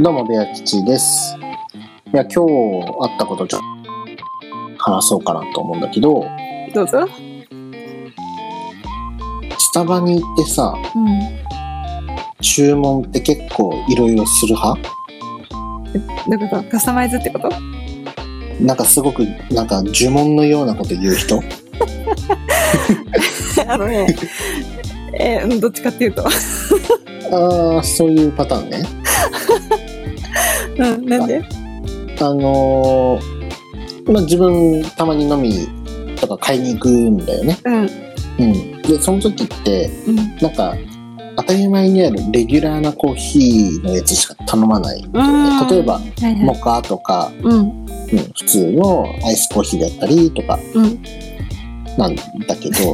どうもベア吉です。いや、今日あったことちょっと話そうかなと思うんだけど、 どうぞ。 スタバに行ってさ、注文って結構いろいろする派？ どういうこと？カスタマイズってこと？ なんかすごくなんか呪文のようなこと言う人どっちかっていうとああ、そういうパターンね。 なんで？ 自分たまに飲みとか買いに行くんだよね。でその時って、なんか当たり前にあるレギュラーなコーヒーのやつしか頼まないんだよね。例えば、モカとか、普通のアイスコーヒーだったりとか、なんだけど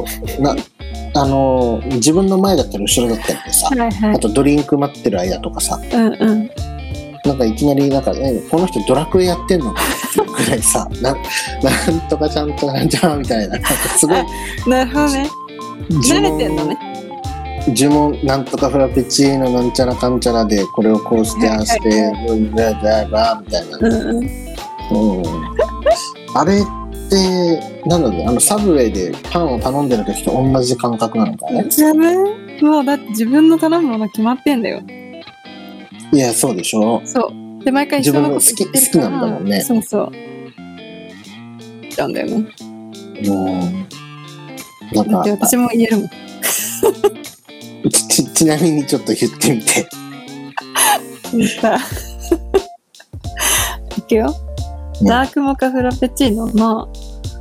自分の前だったり後ろだったりでさ、あとドリンク待ってる間とかさ、なんかいきなりなんか、この人ドラクエやってんのかっていうぐらいさなんとかちゃんとなんちゃらみたいな、なんかすごいなるほどね、慣れてんのね。 呪文なんとかフラペチーノなんちゃらかんちゃらでこれをこうしてああしてみたいな、あれってなんだろう、サブウェイでパンを頼んでる時と同じ感覚なのかね。 もうだって自分の頼むもの決まってんだよ。 いや、そうでしょ。 そうで毎回一緒のこと言ってるから、 好きなんだもんね。 そうなんだよね。 なんかだって私も言えるもんちなみにちょっと言ってみて。 いくよ、ダークモカフラペチーノの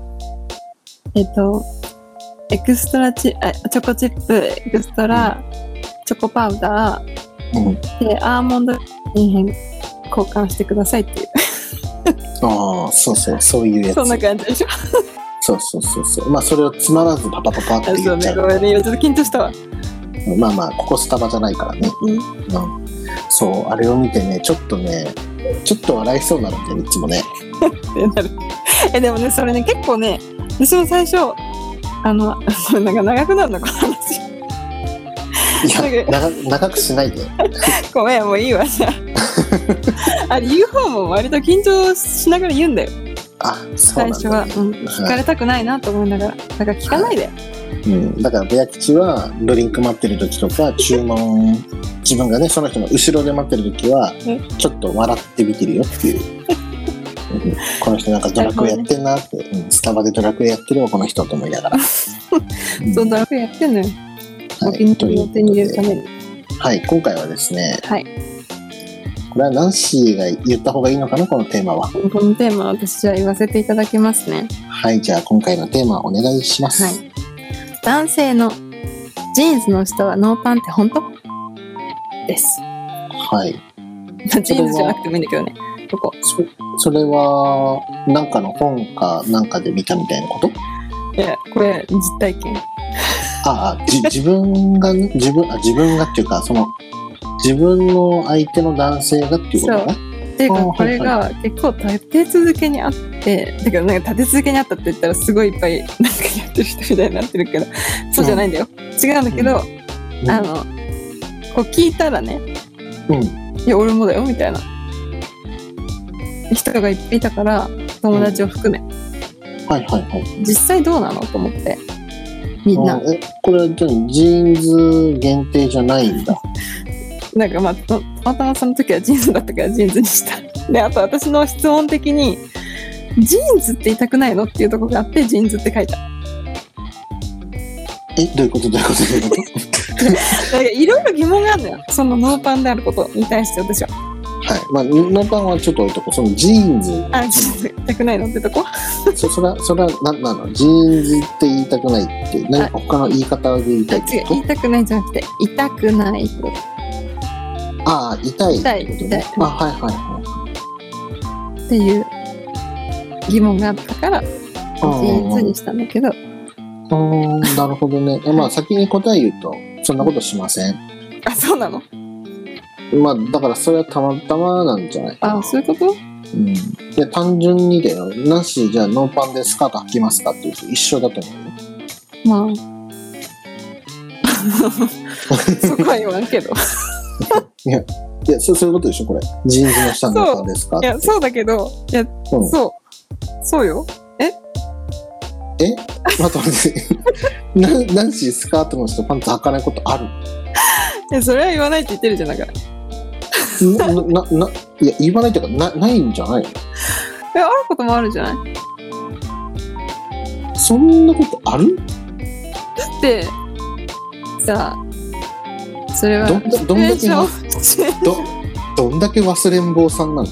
エクストラチョコチップエクストラ、チョコパウダー、でアーモンドに交換してくださいっていうああ、そういうやつ。 そんな感じでしょ。 そうまあそれをつまらずパパって言っちゃう。 そうね、ごめんね、今ちょっと緊張したわ。 まあここスタバじゃないからね。そうあれを見てね、ちょっと笑いそうになるんだよ、いつもね。 でもね、それね、結構ね、私も最初なんか長くなるのこの話。 いや、長くしないで。 ごめん、もういいわ、じゃあ。あれ言う方も割と緊張しながら言うんだよ。最初は、聞かれたくないなと思いながら、だから聞かないで。 だからベア吉はドリンク待ってる時とか注文自分がねその人の後ろで待ってる時はちょっと笑って見てるよっていうこの人なんかドラクエやってんなって、スタバでドラクエやってるわこの人と思いながらそう、ドラクエやってんのよ。お気に入りを手に入れるために。はい、 今回はですね、これはナンシーが言った方がいいのかな、このテーマは。 このテーマは私じゃあ言わせていただきますね。 はい、じゃあ今回のテーマお願いします。 男性のジーンズの下はノーパンって本当？です。ジーンズじゃなくてもいいんだけどね。ここ。 それはなんかの本かなんかで見たみたいなこと？ いや、これ実体験。 自分がっていうか、その自分の相手の男性がっていうことかな。 っていうか、これが結構立て続けにあって、だからなんか立て続けにあったって言ったらすごいいっぱいなんかやってる人みたいになってるけど、そうじゃないんだよ。違うんだけど、こう聞いたらね、いや俺もだよみたいな人がいっぱいいたから、友達を含め、実際どうなのと思って、みんな。 これはジーンズ限定じゃないんだ。 なんかたまたまその時はジーンズだったからジーンズにした。で、あと私の質問的にジーンズって言いたくないのっていうところがあってジーンズって書いた。 どういうことなんかいろいろ疑問があるのよ、そのノーパンであることに対して私は。 ノーパンはちょっと置いとこう。そのジーンズジーンズ言いたくないのってとこそれは何なの？ジーンズって言いたくないって何か他の言い方で言いたいってこと？ 言いたくないじゃなくて痛くないってこと。 痛いってことね。 っていう疑問があったからジーンズにしたんだけど。 なるほどね。先に答え言うとそんなことしません。 そうなの？ だからそれはたまたまなんじゃないかな。 そういうこと？ で単純にだよ。なしじゃあノーパンでスカート履きますかっていうと一緒だと思うよ。そこは言わんけど。 いやいや、そういうことでしょ、これ。ジーンズの下の中ですか？ いや、そうだけど、いや、そうよ。 待ってナンシースカートの下パンツ履かないことある？ いや、それは言わないって言ってるじゃん、だから。 いや、言わないっていうか、ないんじゃないの？ あることもあるんじゃない？ そんなことある？ だって、さあ、それは、 どんだけ忘れん坊さんなの？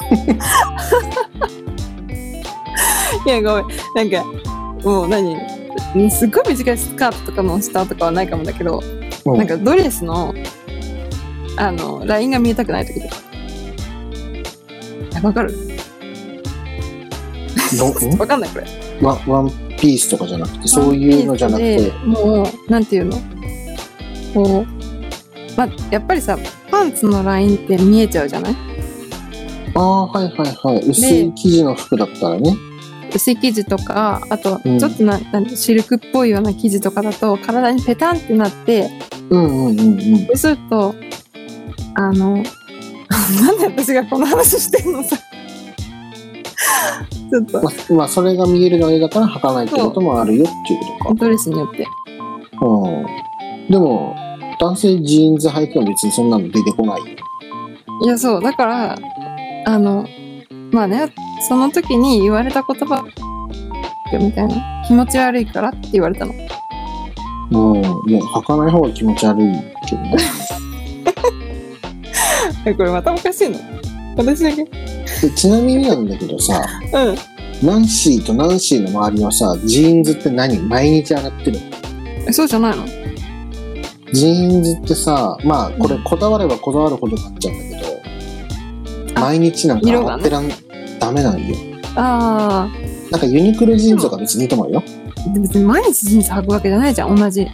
いや、ごめん。なんか、もうすっごい短いスカートとかの下とかはないかもだけど、なんかドレスの、ラインが見えたくない時とか。わかる？わかんないこれ。 ワンピースとかじゃなくて、そういうのじゃなくて。 もう、なんていうの？こう、やっぱりさ、パンツのラインって見えちゃうじゃない？ はいはいはい。薄い生地の服だったらね。 薄い生地とか、あと、ちょっとシルクっぽいような生地とかだと、体にペタンってなって、そうすると、なんで私がこの話してんのさ。ちょっと。 それが見えるのだから履かないってこともあるよっていうことか。 ドレスによって。 でも、男性ジーンズ履いても別にそんなの出てこないよ。 いや、そう。だから、まあね、その時に言われた言葉みたいな、気持ち悪いからって言われたの。 もう履かない方が気持ち悪いけどね。 これまたおかしいの？私だけ？ ちなみになんだけどさ、ナンシーとナンシーの周りはさ、ジーンズって何？毎日洗ってる？ そうじゃないの？ ジーンズってさ、これこだわればこだわるほどになっちゃうんだけど、毎日なんか洗ってダメなんよ。なんかユニクロジーンズとか別にいいと思うよ。 別に毎日ジーンズ履くわけじゃないじゃん、同じ。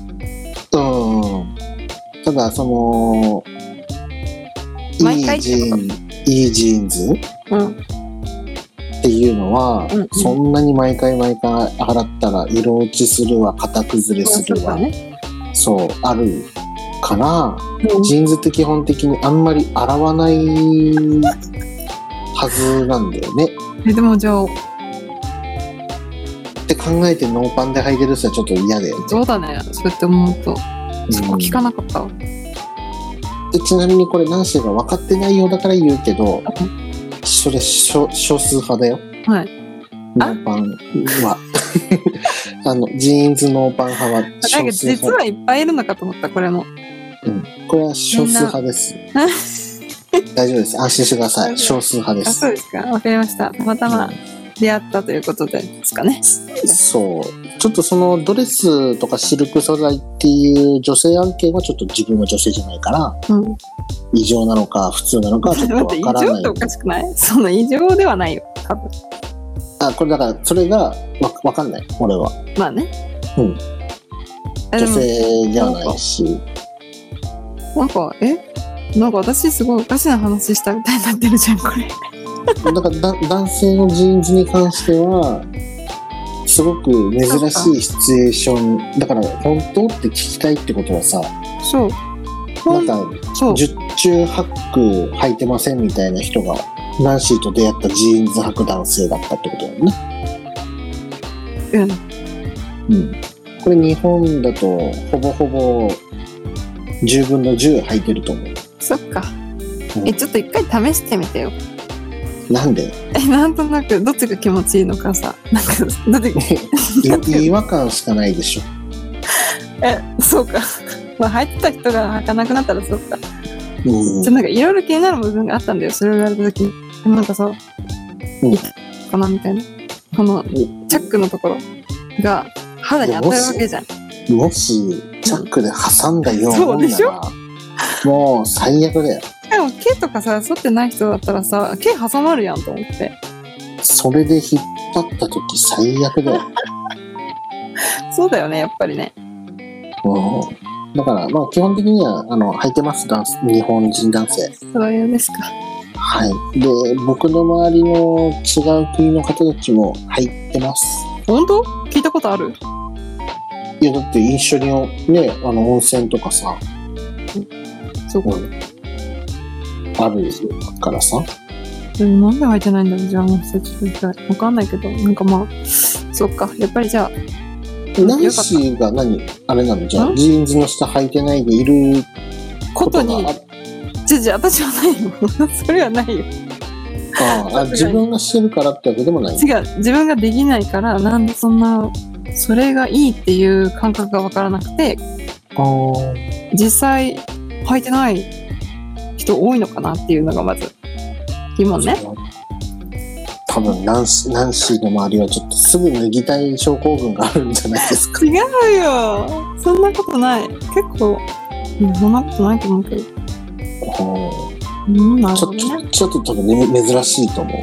ただそのいいジーンズ、っていうのは、そんなに毎回洗ったら色落ちするわ、型崩れするわ、そうあるから、ジーンズって基本的にあんまり洗わないはずなんだよね。 でもじゃあって考えてノーパンで履いてる人はちょっと嫌だよね。 そうだね、そうやって思うとそこ聞かなかったわ。 でちなみにこれナンシーが分かってないようだから言うけど、それ少数派だよ。 はい。 ノーパンはジーンズノーパン派は少数派。なんか実はいっぱいいるのかと思った。これも。 これは少数派です。大丈夫です。安心してください。少数派です。 そうですか。わかりました。たまたま出会ったということですかね。 そう。ちょっとそのドレスとかシルク素材っていう女性案件はちょっと自分は女性じゃないから、異常なのか普通なのかはちょっとわからない。 異常っておかしくない？その異常ではないよ、多分。 これだからそれがわかんない。俺は。 まあね。 女性じゃないし。 なんか私すごいおかしな話したみたいになってるじゃん、これ。 だから男性のジーンズに関してはすごく珍しいシチュエーションだから、本当って聞きたいってことはさ、 そうなんか十中八九履いてませんみたいな人がナンシーと出会ったジーンズ履く男性だったってことだよね。これ日本だとほぼほぼ10分の10履いてると思う。 そっか。ちょっと一回試してみてよ。 なんで？ なんとなくどっちが気持ちいいのかさ、なんか違和感しかないでしょ。 そうか。履いてた人が履かなくなったらそうか。なんかいろいろ気になる部分があったんだよ。それを言われた時に、なんかさ、いいかなみたいな。このチャックのところが肌に当たるわけじゃん。 もしチャックで挟んだようなもんなら、もう最悪だよ。 でも毛とかさ、剃ってない人だったらさ、毛挟まるやんと思って。 それで引っ張った時最悪だよ。 そうだよね、やっぱりね。 だから基本的には履いてます、日本人男性。 そういうですか。 はい。で僕の周りの違う国の方たちも履いてます。 本当？聞いたことある？ いやだって一緒にね温泉とかさ、 そうか。 あるからさ。 でもなんで履いてないんだろう、じゃあもうちょっと一回わかんないけど、なんかまあそっか、やっぱりじゃあナンシーがあれなの、じゃあジーンズの下履いてないでいることに私はないよそれはないよ。 自分がしてるからってわけでもない。 違う、自分ができないから、なんでそんなそれがいいっていう感覚が分からなくて、実際履いてない人多いのかなっていうのがまず疑問ね。 多分ナンシーの周りはちょっとすぐ脱ぎたい症候群があるんじゃないですか。 違うよ、そんなことない。結構そんなことないと思うけど。なるほどね。 ちょっと多分、ね、珍しいと思う。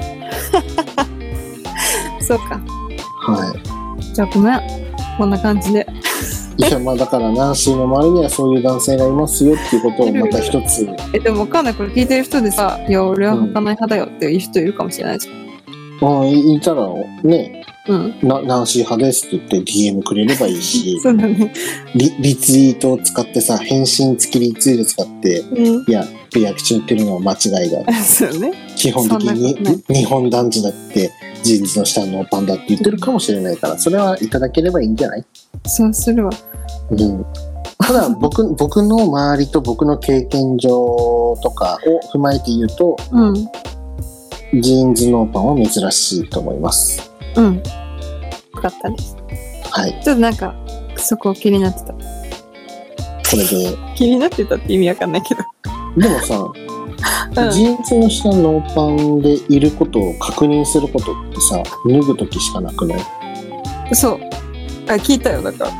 そうか。 はい。 じゃあごめん、こんな感じで。 いや、まあだからナンシーの周りにはそういう男性がいますよっていうことをまた一つ。 でもわかんない、これ聞いてる人でさ、いや俺は履かない派だよっていう人いるかもしれないじゃん。 いたらね、ナンシー派ですって言って DM くれればいいし、 そうだね。 リツイートを使ってさ、返信付きリツイート使って、いや、ペア口言ってるのは間違いだ。 そうね。 基本的に日本男児だってジーンズの下のパンダって言ってるかもしれないから、それはいただければいいんじゃない？ そうするわ。 ただ僕の周りと僕の経験上とかを踏まえて言うと、ジーンズノーパンは珍しいと思います。 よかったです。 はい。 ちょっとなんかそこ気になってた。 それで気になってたって意味わかんないけど。 でもさ、ジーンズの下ノーパンでいることを確認することってさ、脱ぐときしかなくない？ そう。聞いたよ、だから。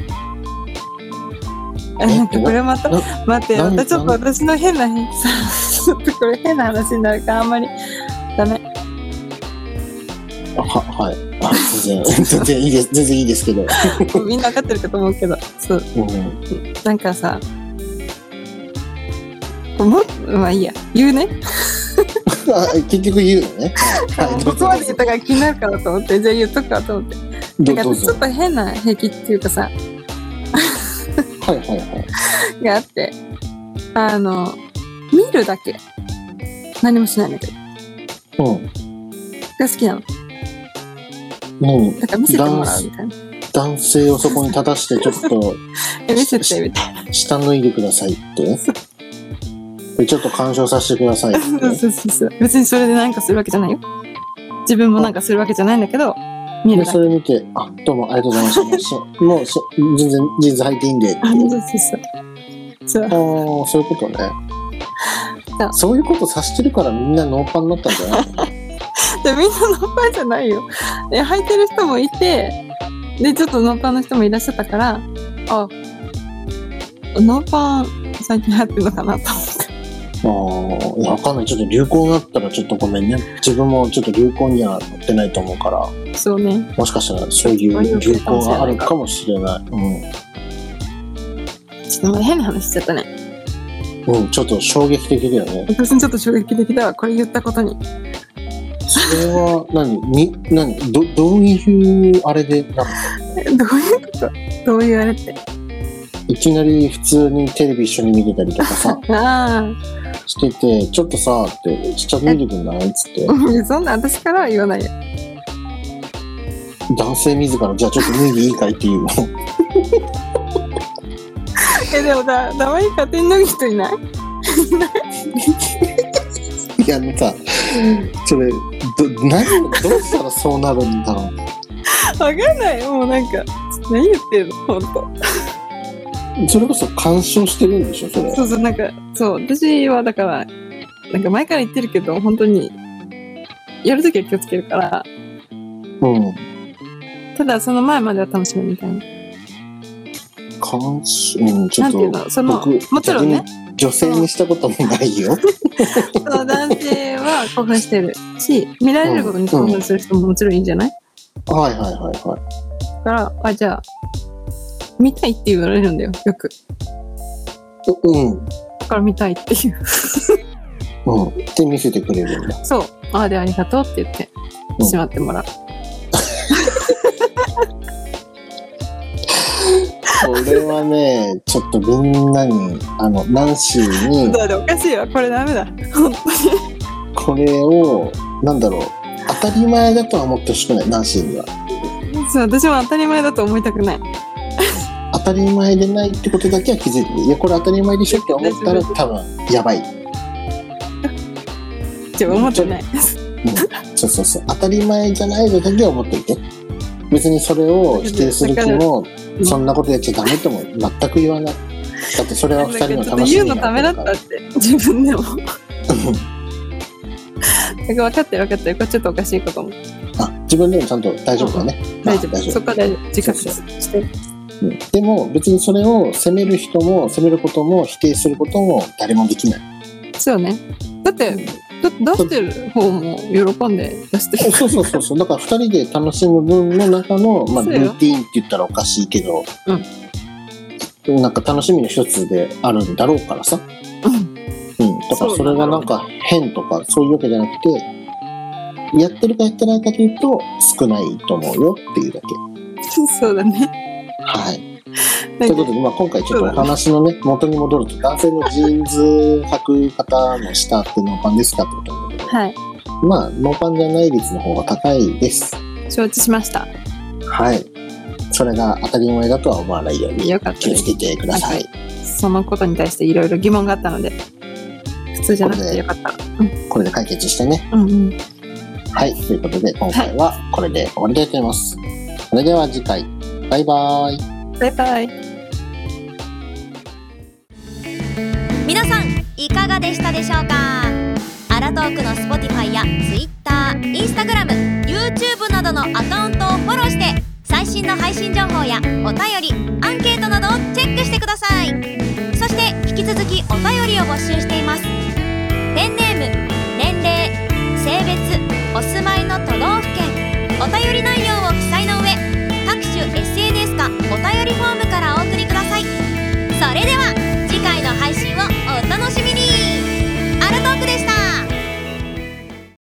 なんかこれまた待って、またちょっと私の変なちょっとこれ変な話になるからあんまりダメ。 はい。全然いいです。全然いいですけど。 みんな分かってるかと思うけど、そう。なんかさ、まあいいや、言うね。 結局言うのね。 ここまで言ったから気になるかなと思って、じゃあ言っとくかと思って。なんかちょっと変な癖っていうかさ、があって、見るだけ何もしないんだけど、が好きなの。だから見せてもらうみたいな。 男性をそこに立たしてちょっと見せてみたいな。 下脱いでくださいってでちょっと干渉させてくださいってそう別にそれで何かするわけじゃないよ。自分も何かするわけじゃないんだけど、見るだけ。 それ見て、どうもありがとうございましたもう全然ジーンズ履いていいんでって。そういうことね。そういうことさしてるからみんなノーパンになったんじゃないの？ でみんなノーパンじゃないよ。履いてる人もいて、でちょっとノーパンの人もいらっしゃったから、ノーパン最近流行ってるのかなと思って。 いやわかんない。ちょっと流行になったらちょっとごめんね。自分もちょっと流行には乗ってないと思うから。 そうね。 もしかしたらそういう流行があるかもしれない。 ちょっと変な話しちゃったね。 ちょっと衝撃的だよね。 私にちょっと衝撃的だわ、これ言ったことに。 それはどういうあれでなの？ どういうこと？どういうあれって？ いきなり普通にテレビ一緒に見てたりとかさしてて、ちょっとさって下脱いでくんないっつって。 そんな私からは言わないよ。 男性自らじゃあちょっと脱いでいいかいっていうの。 でもダメに勝手に脱ぐ人いない？ いやさ、それどうしたらそうなるんだろう。 わかんない。もうなんか何言ってるの本当。 それこそ干渉してるんでしょそれ。 そうなんか私はだからなんか前から言ってるけど本当にやるときは気をつけるから。ただその前までは楽しむみたいな。 干渉、ちょっと僕もちろんね。 女性にしたこともないよ。 男性は興奮してるし、見られることに興奮する人ももちろんいいんじゃない？ はい。だからじゃあ見たいって言われるんだよよく。だから見たいっていう。 で見せてくれるんだ。 そう。でありがとうって言ってしまってもらう。 これはね、ちょっとみんなにナンシーにおかしいわ、これダメだ本当に。 これをなんだろう、当たり前だとは思ってほしくない、ナンシーには。 そう、私も当たり前だと思いたくない。 当たり前でないってことだけは気づいてる。いや、これ当たり前でしょって思ったら多分やばい。 思ってない。 そう当たり前じゃないのだけは思っていて、別にそれを否定する気もそんなことやっちゃダメとも全く言わない。だってそれは2人の楽しみになってるから。言うのためだったって自分でも分かってるこれちょっとおかしいことも。 自分でもちゃんと大丈夫だね。 大丈夫。そこは大丈夫。自覚してる。 でも別にそれを責める人も責めることも否定することも誰もできない。 そうね。だって出してる方も喜んで出してる。 そうだから2人で楽しむ分の中の、ルーティーンって言ったらおかしいけど、なんか楽しみの一つであるんだろうからさ。だからそれがなんか変とかそういうわけじゃなくて、やってるかやってないかというと少ないと思うよっていうだけ。 そうだね。 はい。ということで、今回ちょっとお話のね、元に戻ると、男性のジーンズ履く方の下ってノーパンですかってことなんだけど、 はい。 ノーパンじゃない率の方が高いです。 承知しました。 はい。それが当たり前だとは思わないように気をつけてください。 そのことに対していろいろ疑問があったので、普通じゃなくてよかった。 これで解決してね。はい。ということで、今回はこれで終わりたいと思います。それでは次回、バイバイ。 バイバイ。 皆さんいかがでしたでしょうか。アラトークの Spotify や Twitter、Instagram、YouTube などのアカウントをフォローして最新の配信情報やお便り、アンケートなどをチェックしてください。そして引き続きお便りを募集しています。ペンネーム、年齢、性別、お住まいの都道府県、お便り